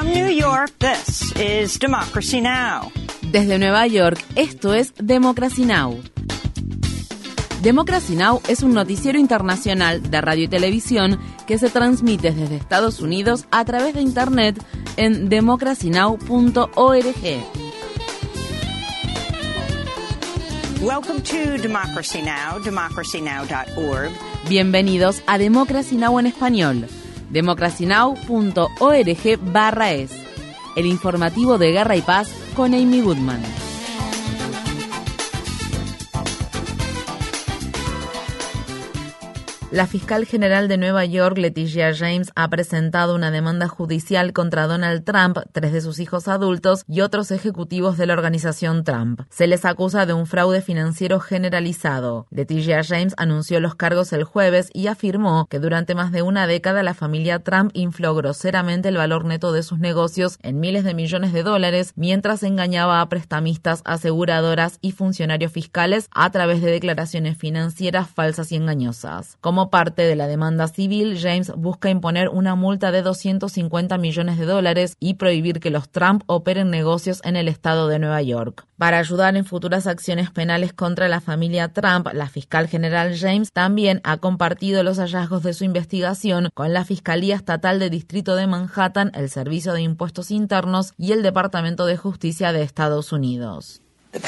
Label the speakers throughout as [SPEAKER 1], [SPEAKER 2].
[SPEAKER 1] From New York, this is Democracy Now!
[SPEAKER 2] Desde Nueva York, esto es Democracy Now! Democracy Now! Es un noticiero internacional de radio y televisión que se transmite desde Estados Unidos a través de Internet en democracynow.org.
[SPEAKER 1] Welcome to Democracy Now!, democracynow.org.
[SPEAKER 2] Bienvenidos a Democracy Now! En español, democracynow.org/es, el informativo de Guerra y Paz con Amy Goodman. La fiscal general de Nueva York, Letitia James, ha presentado una demanda judicial contra Donald Trump, 3 de sus hijos adultos y otros ejecutivos de la organización Trump. Se les acusa de un fraude financiero generalizado. Letitia James anunció los cargos el jueves y afirmó que durante más de una década la familia Trump infló groseramente el valor neto de sus negocios en miles de millones de dólares mientras engañaba a prestamistas, aseguradoras y funcionarios fiscales a través de declaraciones financieras falsas y engañosas. Como parte de la demanda civil, James busca imponer una multa de $250 millones y prohibir que los Trump operen negocios en el estado de Nueva York. Para ayudar en futuras acciones penales contra la familia Trump, la fiscal general James también ha compartido los hallazgos de su investigación con la Fiscalía Estatal de Distrito de Manhattan, el Servicio de Impuestos Internos y el Departamento de Justicia de Estados Unidos.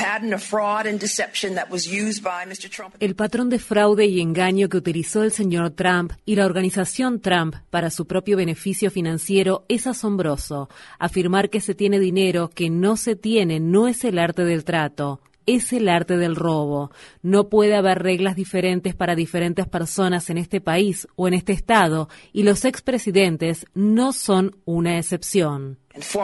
[SPEAKER 3] El patrón de fraude y engaño que utilizó el señor Trump y la organización Trump para su propio beneficio financiero es asombroso. Afirmar que se tiene dinero que no se tiene no es el arte del trato. Es el arte del robo. No puede haber reglas diferentes para diferentes personas en este país o en este estado, y los expresidentes no son una excepción.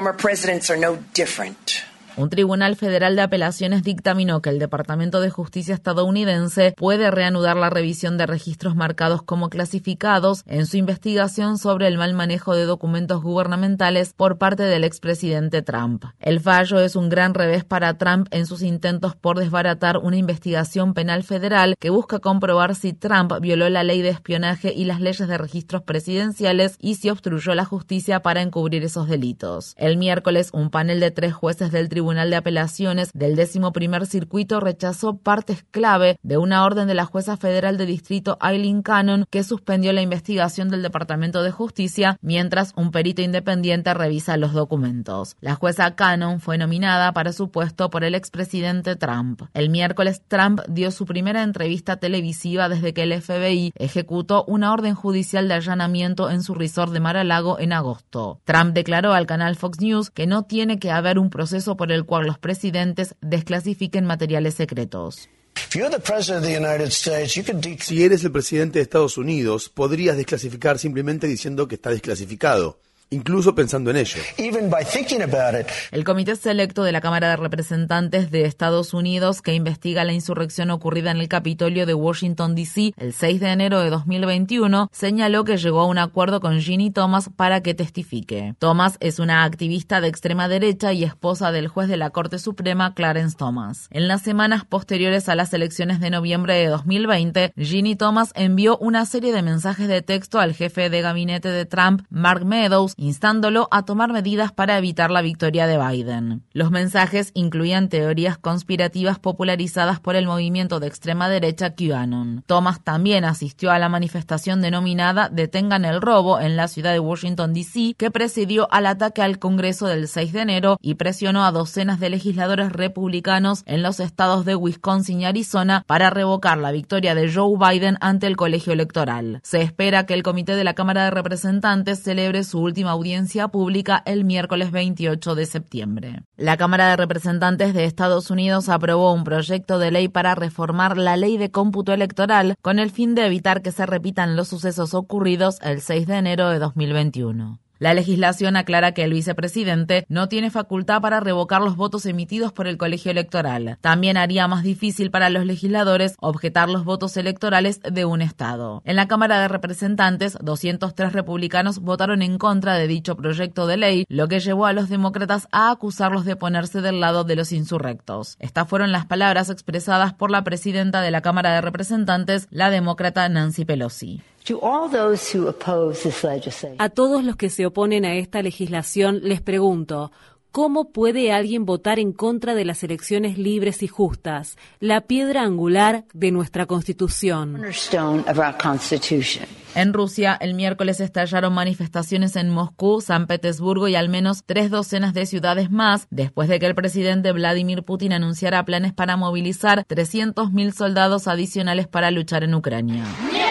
[SPEAKER 2] Un tribunal federal de apelaciones dictaminó que el Departamento de Justicia estadounidense puede reanudar la revisión de registros marcados como clasificados en su investigación sobre el mal manejo de documentos gubernamentales por parte del expresidente Trump. El fallo es un gran revés para Trump en sus intentos por desbaratar una investigación penal federal que busca comprobar si Trump violó la ley de espionaje y las leyes de registros presidenciales y si obstruyó la justicia para encubrir esos delitos. El miércoles, un panel de 3 jueces del Tribunal de Apelaciones del 11º Circuito rechazó partes clave de una orden de la jueza federal de distrito Eileen Cannon que suspendió la investigación del Departamento de Justicia mientras un perito independiente revisa los documentos. La jueza Cannon fue nominada para su puesto por el expresidente Trump. El miércoles, Trump dio su primera entrevista televisiva desde que el FBI ejecutó una orden judicial de allanamiento en su resort de Mar-a-Lago en agosto. Trump declaró al canal Fox News que no tiene que haber un proceso por el cual los presidentes desclasifiquen materiales secretos.
[SPEAKER 4] Si eres el presidente de Estados Unidos, podrías desclasificar simplemente diciendo que está desclasificado, incluso pensando en ello.
[SPEAKER 2] El Comité Selecto de la Cámara de Representantes de Estados Unidos, que investiga la insurrección ocurrida en el Capitolio de Washington, D.C. el 6 de enero de 2021, señaló que llegó a un acuerdo con Ginny Thomas para que testifique. Thomas es una activista de extrema derecha y esposa del juez de la Corte Suprema, Clarence Thomas. En las semanas posteriores a las elecciones de noviembre de 2020, Ginny Thomas envió una serie de mensajes de texto al jefe de gabinete de Trump, Mark Meadows, instándolo a tomar medidas para evitar la victoria de Biden. Los mensajes incluían teorías conspirativas popularizadas por el movimiento de extrema derecha QAnon. Thomas también asistió a la manifestación denominada Detengan el robo en la ciudad de Washington, D.C., que presidió al ataque al Congreso del 6 de enero y presionó a docenas de legisladores republicanos en los estados de Wisconsin y Arizona para revocar la victoria de Joe Biden ante el colegio electoral. Se espera que el Comité de la Cámara de Representantes celebre su última audiencia pública el miércoles 28 de septiembre. La Cámara de Representantes de Estados Unidos aprobó un proyecto de ley para reformar la ley de cómputo electoral con el fin de evitar que se repitan los sucesos ocurridos el 6 de enero de 2021. La legislación aclara que el vicepresidente no tiene facultad para revocar los votos emitidos por el colegio electoral. También haría más difícil para los legisladores objetar los votos electorales de un estado. En la Cámara de Representantes, 203 republicanos votaron en contra de dicho proyecto de ley, lo que llevó a los demócratas a acusarlos de ponerse del lado de los insurrectos. Estas fueron las palabras expresadas por la presidenta de la Cámara de Representantes, la demócrata Nancy Pelosi.
[SPEAKER 3] A todos los que se oponen a esta legislación les pregunto, ¿cómo puede alguien votar en contra de las elecciones libres y justas, la piedra angular de nuestra Constitución?
[SPEAKER 2] En Rusia, el miércoles estallaron manifestaciones en Moscú, San Petersburgo y al menos 3 docenas de ciudades más, después de que el presidente Vladimir Putin anunciara planes para movilizar 300.000 soldados adicionales para luchar en Ucrania.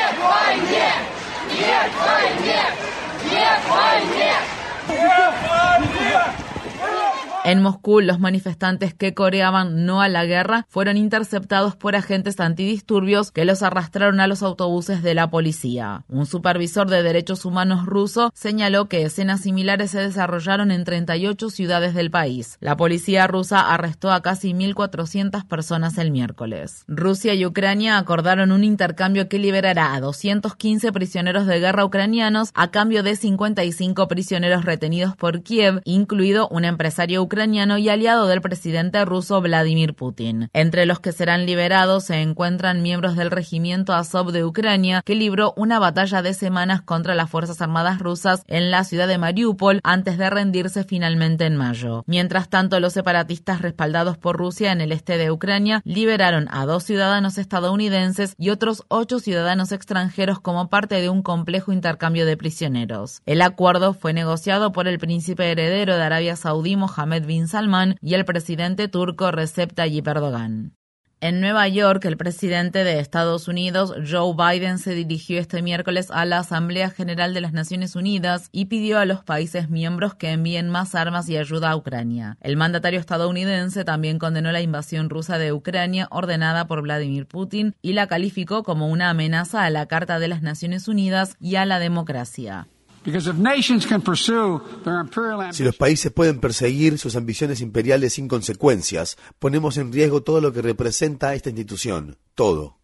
[SPEAKER 2] En Moscú, los manifestantes que coreaban "no a la guerra" fueron interceptados por agentes antidisturbios que los arrastraron a los autobuses de la policía. Un supervisor de derechos humanos ruso señaló que escenas similares se desarrollaron en 38 ciudades del país. La policía rusa arrestó a casi 1.400 personas el miércoles. Rusia y Ucrania acordaron un intercambio que liberará a 215 prisioneros de guerra ucranianos a cambio de 55 prisioneros retenidos por Kiev, incluido un empresario ucraniano y aliado del presidente ruso Vladimir Putin. Entre los que serán liberados se encuentran miembros del regimiento Azov de Ucrania, que libró una batalla de semanas contra las Fuerzas Armadas rusas en la ciudad de Mariupol antes de rendirse finalmente en mayo. Mientras tanto, los separatistas respaldados por Rusia en el este de Ucrania liberaron a 2 ciudadanos estadounidenses y otros 8 ciudadanos extranjeros como parte de un complejo intercambio de prisioneros. El acuerdo fue negociado por el príncipe heredero de Arabia Saudí, Mohammed bin Salman, y el presidente turco Recep Tayyip Erdogan. En Nueva York, el presidente de Estados Unidos, Joe Biden, se dirigió este miércoles a la Asamblea General de las Naciones Unidas y pidió a los países miembros que envíen más armas y ayuda a Ucrania. El mandatario estadounidense también condenó la invasión rusa de Ucrania ordenada por Vladimir Putin y la calificó como una amenaza a la Carta de las Naciones Unidas y a la democracia.
[SPEAKER 4] Si los países pueden perseguir sus ambiciones imperiales sin consecuencias, ponemos en riesgo todo lo que representa esta institución, todo.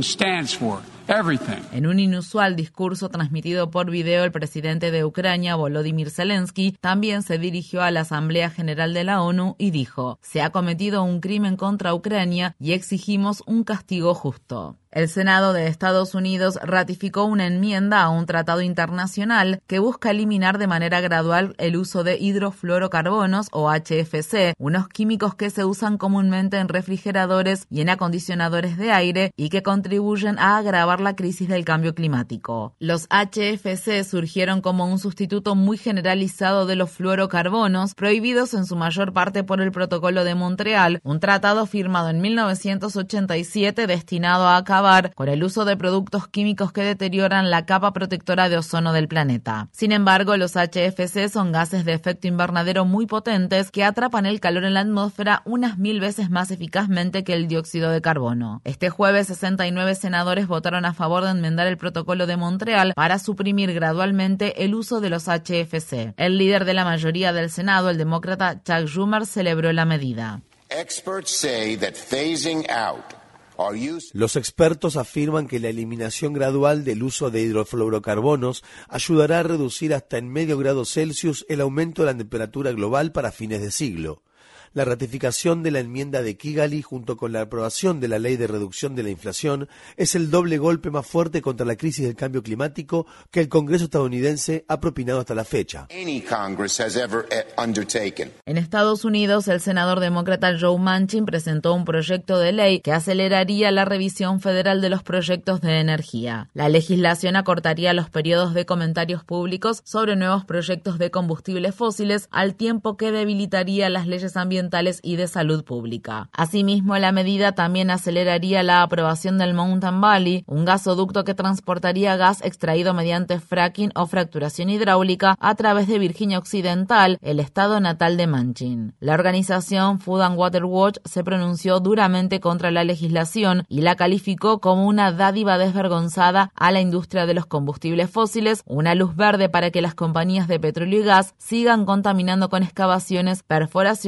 [SPEAKER 2] En un inusual discurso transmitido por video, el presidente de Ucrania, Volodymyr Zelensky, también se dirigió a la Asamblea General de la ONU y dijo: "Se ha cometido un crimen contra Ucrania y exigimos un castigo justo". El Senado de Estados Unidos ratificó una enmienda a un tratado internacional que busca eliminar de manera gradual el uso de hidrofluorocarbonos o HFC, unos químicos que se usan comúnmente en refrigeradores y en acondicionadores de aire y que contribuyen a agravar la crisis del cambio climático. Los HFC surgieron como un sustituto muy generalizado de los fluorocarbonos, prohibidos en su mayor parte por el Protocolo de Montreal, un tratado firmado en 1987 destinado a acabar con el uso de productos químicos que deterioran la capa protectora de ozono del planeta. Sin embargo, los HFC son gases de efecto invernadero muy potentes que atrapan el calor en la atmósfera unas 1000 veces más eficazmente que el dióxido de carbono. Este jueves, 69 senadores votaron a favor de enmendar el Protocolo de Montreal para suprimir gradualmente el uso de los HFC. El líder de la mayoría del Senado, el demócrata Chuck Schumer, celebró la medida.
[SPEAKER 4] Los expertos afirman que la eliminación gradual del uso de hidrofluorocarbonos ayudará a reducir hasta en medio grado Celsius el aumento de la temperatura global para fines de siglo. La ratificación de la enmienda de Kigali junto con la aprobación de la ley de reducción de la inflación es el doble golpe más fuerte contra la crisis del cambio climático que el Congreso estadounidense ha propinado hasta la fecha.
[SPEAKER 2] En Estados Unidos, el senador demócrata Joe Manchin presentó un proyecto de ley que aceleraría la revisión federal de los proyectos de energía. La legislación acortaría los periodos de comentarios públicos sobre nuevos proyectos de combustibles fósiles, al tiempo que debilitaría las leyes ambientales y de salud pública. Asimismo, la medida también aceleraría la aprobación del Mountain Valley, un gasoducto que transportaría gas extraído mediante fracking o fracturación hidráulica a través de Virginia Occidental, el estado natal de Manchin. La organización Food and Water Watch se pronunció duramente contra la legislación y la calificó como una dádiva desvergonzada a la industria de los combustibles fósiles, una luz verde para que las compañías de petróleo y gas sigan contaminando con excavaciones, perforaciones y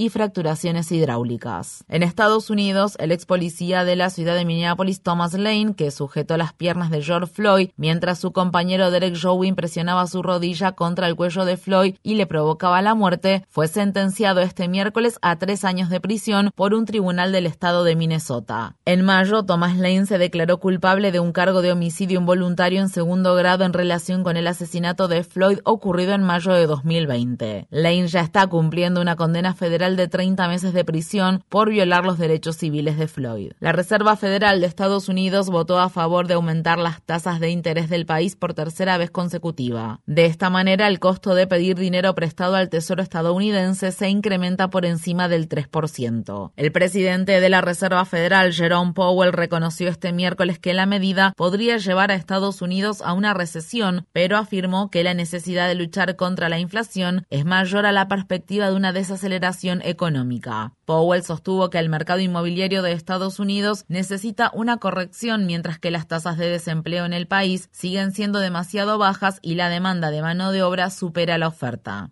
[SPEAKER 2] y fracturaciones hidráulicas. En Estados Unidos, el ex policía de la ciudad de Minneapolis, Thomas Lane, que sujetó las piernas de George Floyd mientras su compañero Derek Chauvin presionaba su rodilla contra el cuello de Floyd y le provocaba la muerte, fue sentenciado este miércoles a 3 años de prisión por un tribunal del estado de Minnesota. En mayo, Thomas Lane se declaró culpable de un cargo de homicidio involuntario en segundo grado en relación con el asesinato de Floyd ocurrido en mayo de 2020. Lane ya está cumpliendo una condena federal de 30 meses de prisión por violar los derechos civiles de Floyd. La Reserva Federal de Estados Unidos votó a favor de aumentar las tasas de interés del país por tercera vez consecutiva. De esta manera, el costo de pedir dinero prestado al Tesoro estadounidense se incrementa por encima del 3%. El presidente de la Reserva Federal, Jerome Powell, reconoció este miércoles que la medida podría llevar a Estados Unidos a una recesión, pero afirmó que la necesidad de luchar contra la inflación es mayor a la perspectiva de una desaceleración económica. Powell sostuvo que el mercado inmobiliario de Estados Unidos necesita una corrección mientras que las tasas de desempleo en el país siguen siendo demasiado bajas y la demanda de mano de obra supera la oferta.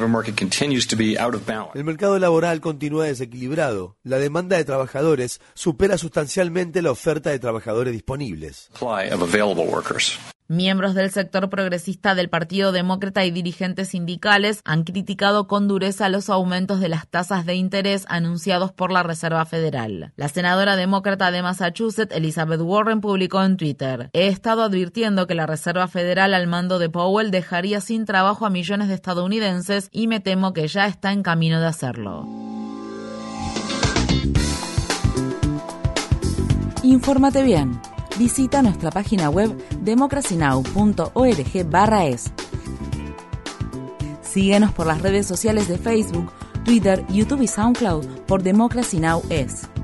[SPEAKER 4] El mercado laboral continúa desequilibrado. La demanda de trabajadores supera sustancialmente la oferta de trabajadores disponibles.
[SPEAKER 2] Miembros del sector progresista del Partido Demócrata y dirigentes sindicales han criticado con dureza los aumentos de las tasas de interés anunciados por la Reserva Federal. La senadora demócrata de Massachusetts, Elizabeth Warren, publicó en Twitter: "He estado advirtiendo que la Reserva Federal al mando de Powell dejaría sin trabajo a millones de estadounidenses y me temo que ya está en camino de hacerlo".
[SPEAKER 5] Infórmate bien. Visita nuestra página web democracynow.org/es. Síguenos por las redes sociales de Facebook, Twitter, YouTube y SoundCloud por Democracy Now! Es.